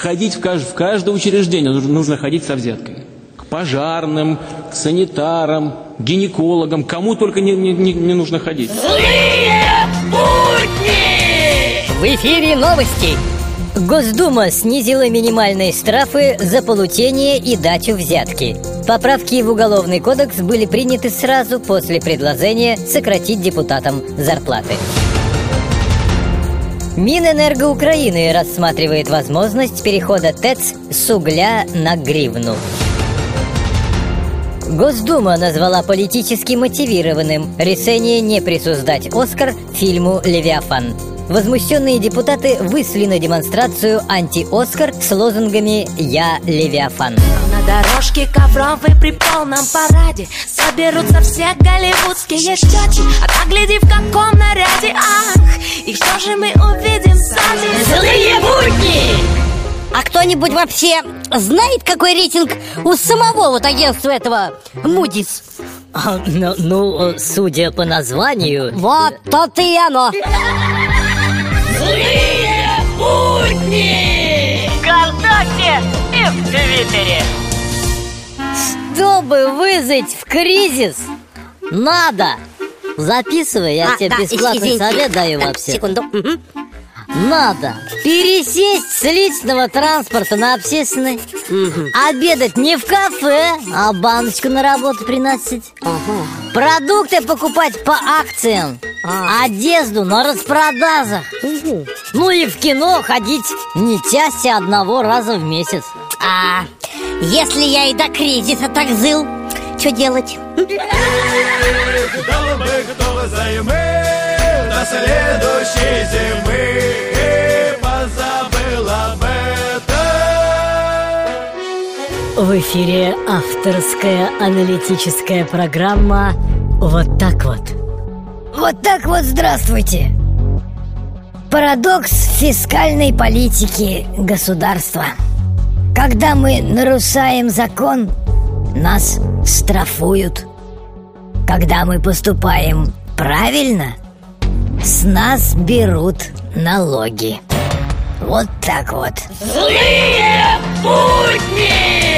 ходить в каждое учреждение нужно ходить со взяткой. К пожарным, к санитарам, гинекологам, кому только не нужно ходить. Злые будни! В эфире новости. Госдума снизила минимальные штрафы за получение и дачу взятки. Поправки в Уголовный кодекс были приняты сразу после предложения сократить депутатам зарплаты. Минэнерго Украины рассматривает возможность перехода ТЭЦ с угля на гривну. Госдума назвала политически мотивированным решение не присуждать «Оскар» фильму «Левиафан». Возмущенные депутаты вышли на демонстрацию анти-Оскар с лозунгами «Я Левиафан». На дорожке ковровой при полном параде соберутся все голливудские щеки. А так гляди, в каком наряде, ах, и что же мы увидим сами? Злые будни! А кто-нибудь вообще знает, какой рейтинг у самого вот агентства этого Moody's? Судя по названию... Вот то-то и оно! Злые будни! ВКонтакте и в Твиттере. Чтобы выжить в кризис, надо. Записывай, я тебе бесплатный совет даю вообще. Секунду. Надо пересесть с личного транспорта на общественный. Обедать не в кафе, а баночку на работу приносить. Продукты покупать по акциям. Одежду на распродажах. Ну и в кино ходить не чаще одного раза в месяц. А если я и до кризиса так жил, что делать? Готовы займы до следующей зимы. Позабыл об этом. В эфире авторская аналитическая программа «Вот так вот». Вот так вот, здравствуйте. Парадокс фискальной политики государства. Когда мы нарушаем закон, нас штрафуют. Когда мы поступаем правильно, с нас берут налоги. Вот так вот. Злые будни!